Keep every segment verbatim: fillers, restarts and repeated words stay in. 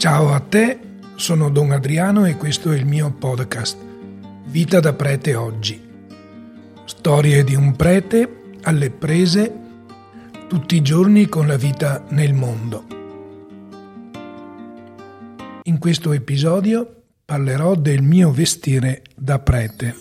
Ciao a te, sono Don Adriano e questo è il mio podcast Vita da prete oggi. Storie di un prete alle prese tutti i giorni con la vita nel mondo. In questo episodio parlerò del mio vestire da prete.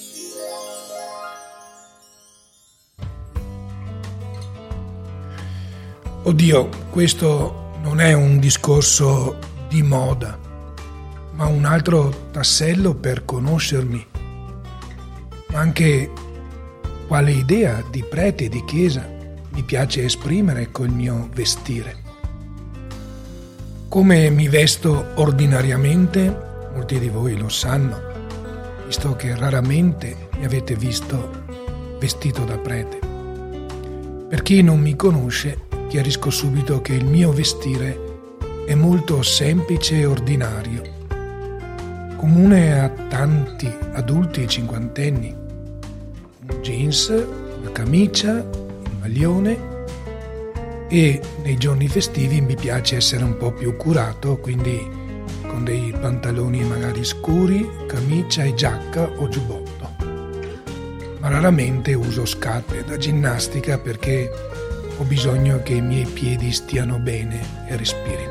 Oddio, questo non è un discorso di moda, ma un altro tassello per conoscermi, ma anche quale idea di prete e di chiesa mi piace esprimere col mio vestire. Come mi vesto ordinariamente, molti di voi lo sanno, visto che raramente mi avete visto vestito da prete. Per chi non mi conosce, chiarisco subito che il mio vestire è molto semplice e ordinario, comune a tanti adulti e cinquantenni. Un jeans, una camicia, un maglione e nei giorni festivi mi piace essere un po' più curato, quindi con dei pantaloni magari scuri, camicia e giacca o giubbotto. Ma raramente uso scarpe da ginnastica perché ho bisogno che i miei piedi stiano bene e respirino.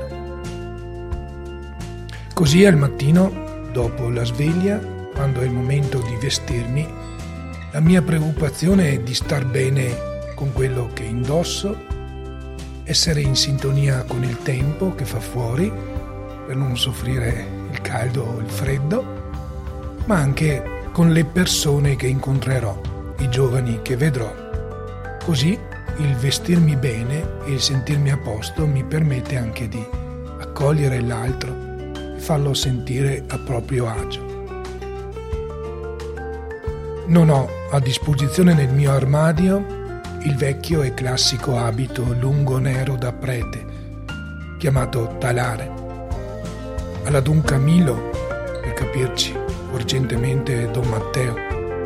Così al mattino, dopo la sveglia, quando è il momento di vestirmi, la mia preoccupazione è di star bene con quello che indosso, essere in sintonia con il tempo che fa fuori per non soffrire il caldo o il freddo, ma anche con le persone che incontrerò, i giovani che vedrò. Così il vestirmi bene e il sentirmi a posto mi permette anche di accogliere l'altro e farlo sentire a proprio agio. Non ho a disposizione nel mio armadio il vecchio e classico abito lungo nero da prete, chiamato talare. Alla Don Camillo, per capirci, urgentemente Don Matteo.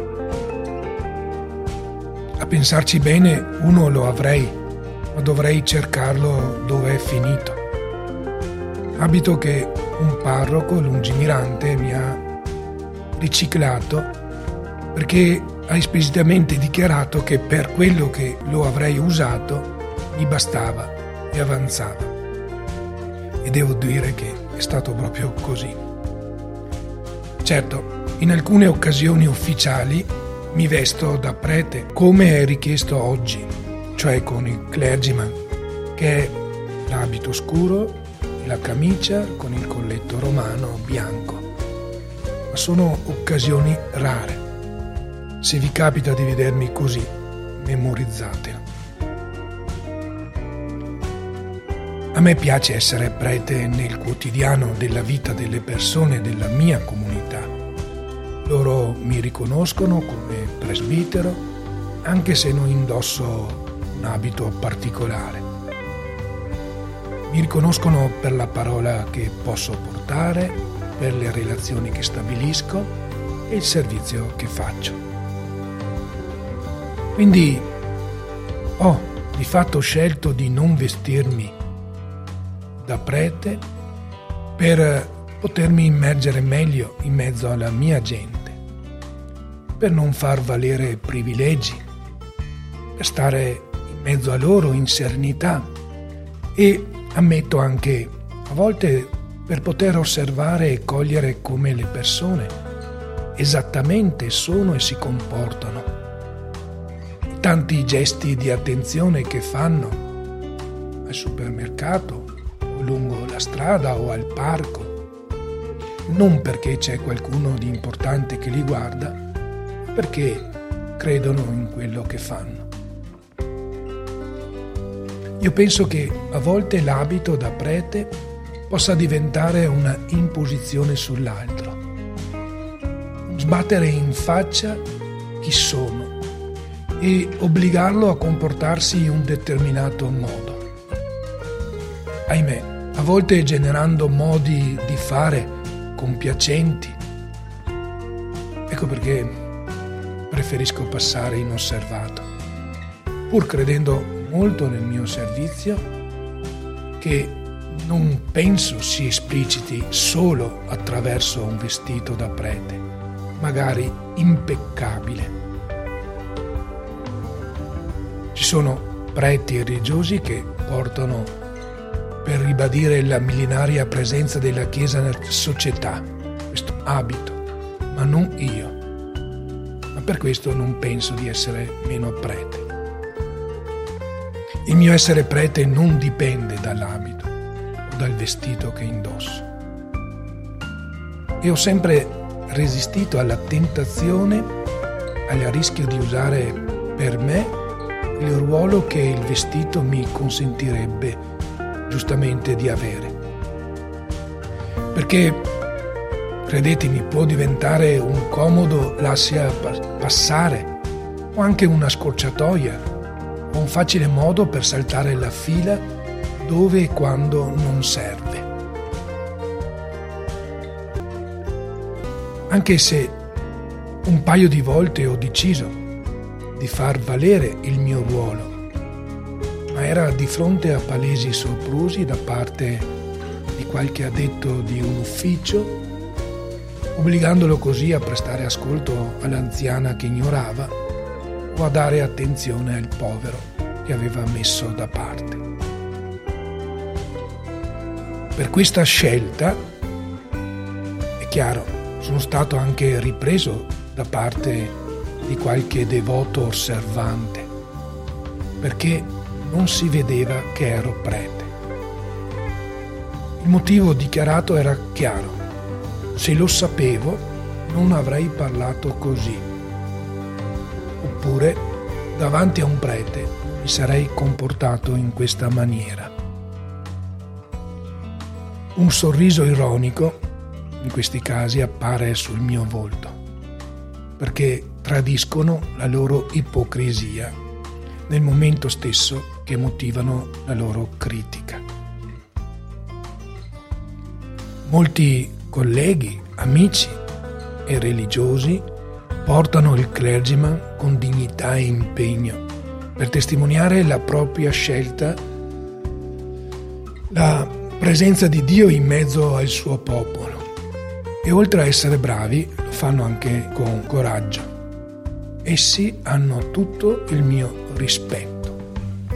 A pensarci bene, uno lo avrei, ma dovrei cercarlo dove è finito. Abito che un parroco lungimirante mi ha riciclato perché ha esplicitamente dichiarato che per quello che lo avrei usato mi bastava e avanzava. E devo dire che è stato proprio così. Certo, in alcune occasioni ufficiali mi vesto da prete come è richiesto oggi, cioè con il clergyman, che è l'abito scuro e la camicia con il colletto romano bianco. Ma sono occasioni rare. Se vi capita di vedermi così, memorizzatelo. A me piace essere prete nel quotidiano della vita delle persone della mia comunità. Loro mi riconoscono come presbitero, anche se non indosso un abito particolare. Mi riconoscono per la parola che posso portare, per le relazioni che stabilisco e il servizio che faccio. Quindi ho di fatto scelto di non vestirmi da prete per potermi immergere meglio in mezzo alla mia gente, per non far valere privilegi, per stare in mezzo a loro in serenità e, ammetto anche, a volte per poter osservare e cogliere come le persone esattamente sono e si comportano. I tanti gesti di attenzione che fanno al supermercato o lungo la strada o al parco, non perché c'è qualcuno di importante che li guarda, ma perché credono in quello che fanno. Io penso che a volte l'abito da prete possa diventare una imposizione sull'altro, sbattere in faccia chi sono e obbligarlo a comportarsi in un determinato modo. Ahimè, a volte generando modi di fare compiacenti. Ecco perché preferisco passare inosservato, pur credendo molto nel mio servizio, che non penso si espliciti solo attraverso un vestito da prete, magari impeccabile. Ci sono preti religiosi che portano per ribadire la millenaria presenza della Chiesa nella società questo abito, ma non io. Ma per questo non penso di essere meno prete. Il mio essere prete non dipende dall'abito o dal vestito che indosso. E ho sempre resistito alla tentazione, al rischio di usare per me il ruolo che il vestito mi consentirebbe giustamente di avere. Perché, credetemi, può diventare un comodo lascia passare o anche una scorciatoia o un facile modo per saltare la fila dove e quando non serve. Anche se un paio di volte ho deciso di far valere il mio ruolo, ma era di fronte a palesi soprusi da parte di qualche addetto di un ufficio, obbligandolo così a prestare ascolto all'anziana che ignorava o a dare attenzione al povero che aveva messo da parte. Per questa scelta, è chiaro, sono stato anche ripreso da parte di qualche devoto osservante, perché non si vedeva che ero prete. Il motivo dichiarato era chiaro: se lo sapevo non avrei parlato così, oppure davanti a un prete mi sarei comportato in questa maniera. Un sorriso ironico in questi casi appare sul mio volto, perché tradiscono la loro ipocrisia nel momento stesso che motivano la loro critica. Molti colleghi, amici e religiosi portano il clergyman con dignità e impegno per testimoniare la propria scelta, la presenza di Dio in mezzo al suo popolo, e oltre a essere bravi lo fanno anche con coraggio. Essi hanno tutto il mio rispetto.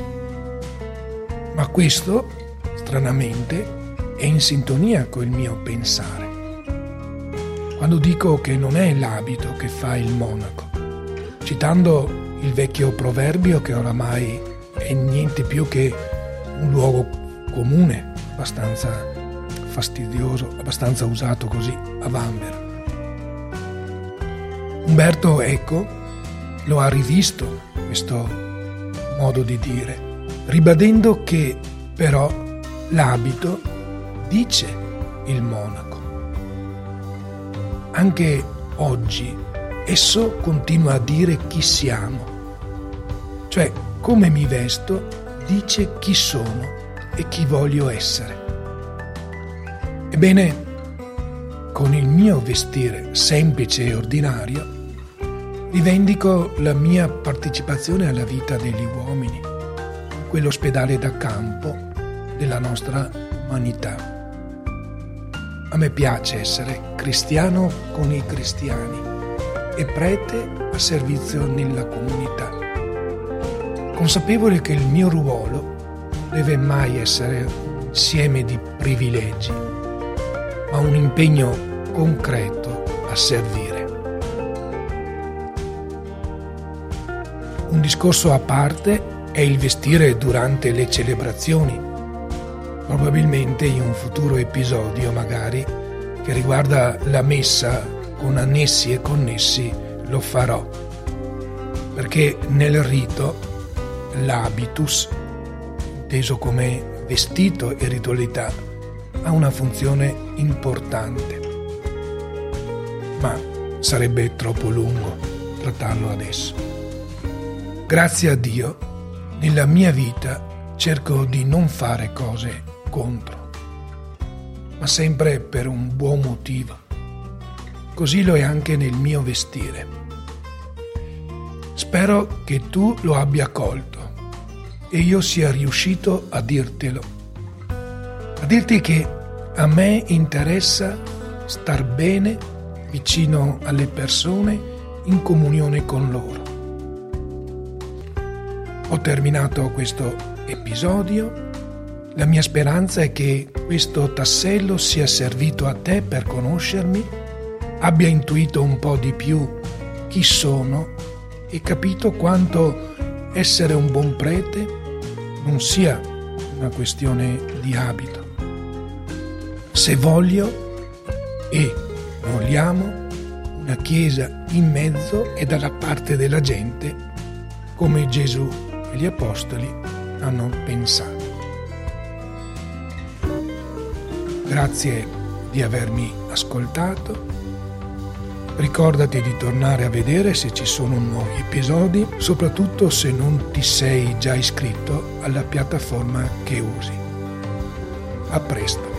Ma questo, stranamente, è in sintonia con il mio pensare. Quando dico che non è l'abito che fa il monaco, citando il vecchio proverbio che oramai è niente più che un luogo comune, abbastanza fastidioso, abbastanza usato così a vanvera. Umberto Eco lo ha rivisto questo modo di dire, ribadendo che però l'abito dice il monaco. Anche oggi esso continua a dire chi siamo, cioè come mi vesto dice chi sono e chi voglio essere. Ebbene, con il mio vestire semplice e ordinario rivendico la mia partecipazione alla vita degli uomini, quell'ospedale da campo della nostra umanità. A me piace essere cristiano con i cristiani e prete a servizio nella comunità, consapevole che il mio ruolo non deve mai essere un insieme di privilegi, ma un impegno concreto a servire. Un discorso a parte è il vestire durante le celebrazioni, probabilmente in un futuro episodio magari che riguarda la messa con annessi e connessi lo farò, perché nel rito l'habitus, inteso come vestito e ritualità, ha una funzione importante, ma sarebbe troppo lungo trattarlo adesso. Grazie a Dio, nella mia vita cerco di non fare cose contro, ma sempre per un buon motivo. Così lo è anche nel mio vestire. Spero che tu lo abbia colto e io sia riuscito a dirtelo. a dirti che a me interessa star bene vicino alle persone, in comunione con loro. Ho terminato questo episodio. La mia speranza è che questo tassello sia servito a te per conoscermi, abbia intuito un po' di più chi sono e capito quanto essere un buon prete non sia una questione di abito. Se voglio e vogliamo una Chiesa in mezzo e dalla parte della gente, come Gesù e gli Apostoli hanno pensato. Grazie di avermi ascoltato. Ricordati di tornare a vedere se ci sono nuovi episodi, soprattutto se non ti sei già iscritto alla piattaforma che usi. A presto.